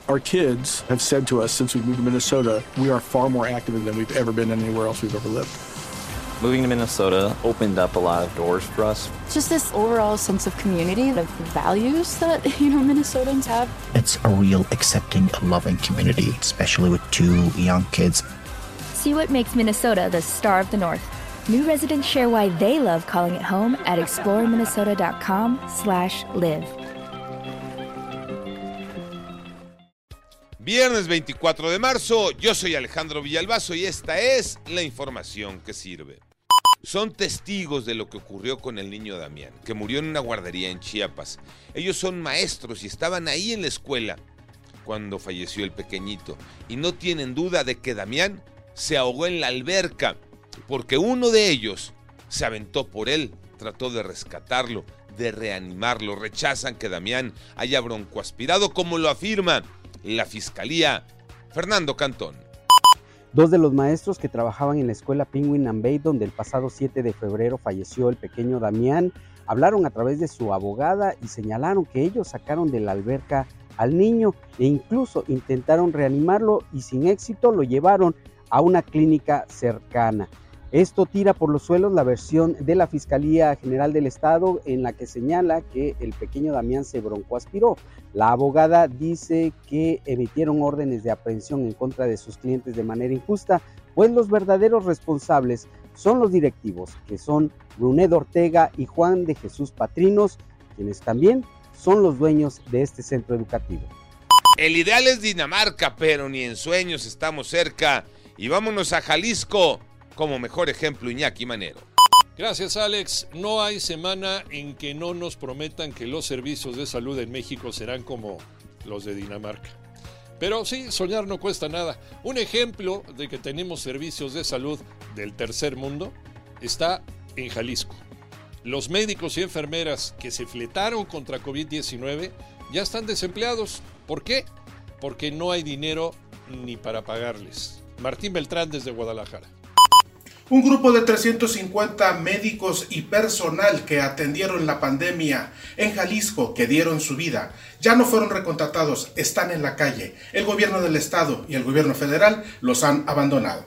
Our kids have said to us since we moved to Minnesota, we are far more active than we've ever been anywhere else we've ever lived. Moving to Minnesota opened up a lot of doors for us. Just this overall sense of community, the values that, Minnesotans have. It's a real accepting, loving community, especially with 2 young kids. See what makes Minnesota the star of the North. New residents share why they love calling it home at exploreminnesota.com/live. Viernes 24 de marzo, yo soy Alejandro Villalbazo y esta es la información que sirve. Son testigos de lo que ocurrió con el niño Damián, que murió en una guardería en Chiapas. Ellos son maestros y estaban ahí en la escuela cuando falleció el pequeñito. Y no tienen duda de que Damián se ahogó en la alberca, porque uno de ellos se aventó por él, trató de rescatarlo, de reanimarlo. Rechazan que Damián haya broncoaspirado, como lo afirma la Fiscalía. Fernando Cantón. 2 de los maestros que trabajaban en la escuela Penguin and Bay, donde el pasado 7 de febrero falleció el pequeño Damián, hablaron a través de su abogada y señalaron que ellos sacaron de la alberca al niño e incluso intentaron reanimarlo y sin éxito lo llevaron a una clínica cercana. Esto tira por los suelos la versión de la Fiscalía General del Estado, en la que señala que el pequeño Damián se broncoaspiró. La abogada dice que emitieron órdenes de aprehensión en contra de sus clientes de manera injusta, pues los verdaderos responsables son los directivos, que son Brunedo Ortega y Juan de Jesús Patrinos, quienes también son los dueños de este centro educativo. El ideal es Dinamarca, pero ni en sueños estamos cerca. Y vámonos a Jalisco. Como mejor ejemplo, Iñaki Manero. Gracias, Alex. No hay semana en que no nos prometan que los servicios de salud en México serán como los de Dinamarca. Pero sí, soñar no cuesta nada. Un ejemplo de que tenemos servicios de salud del tercer mundo está en Jalisco. Los médicos y enfermeras que se fletaron contra COVID-19 ya están desempleados. ¿Por qué? Porque no hay dinero ni para pagarles. Martín Beltrán desde Guadalajara. Un grupo de 350 médicos y personal que atendieron la pandemia en Jalisco, que dieron su vida, ya no fueron recontratados, están en la calle. El gobierno del estado y el gobierno federal los han abandonado.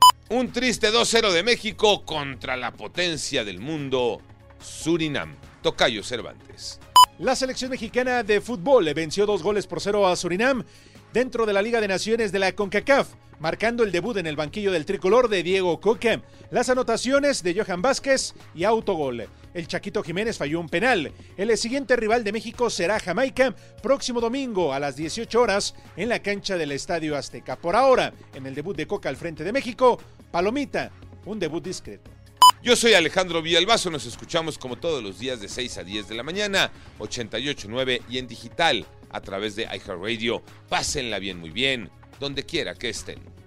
Un triste 2-0 de México contra la potencia del mundo, Surinam. Tocayo Cervantes. La selección mexicana de fútbol le venció 2-0 a Surinam dentro de la Liga de Naciones de la CONCACAF, marcando el debut en el banquillo del tricolor de Diego Coca. Las anotaciones de Johan Vázquez y autogol. El Chaquito Jiménez falló un penal. El siguiente rival de México será Jamaica, próximo domingo a las 18 horas en la cancha del Estadio Azteca. Por ahora, en el debut de Coca al frente de México, palomita, un debut discreto. Yo soy Alejandro Villalbazo, nos escuchamos como todos los días de 6 a 10 de la mañana, 88.9 y en digital a través de iHeartRadio. Pásenla bien, muy bien, donde quiera que estén.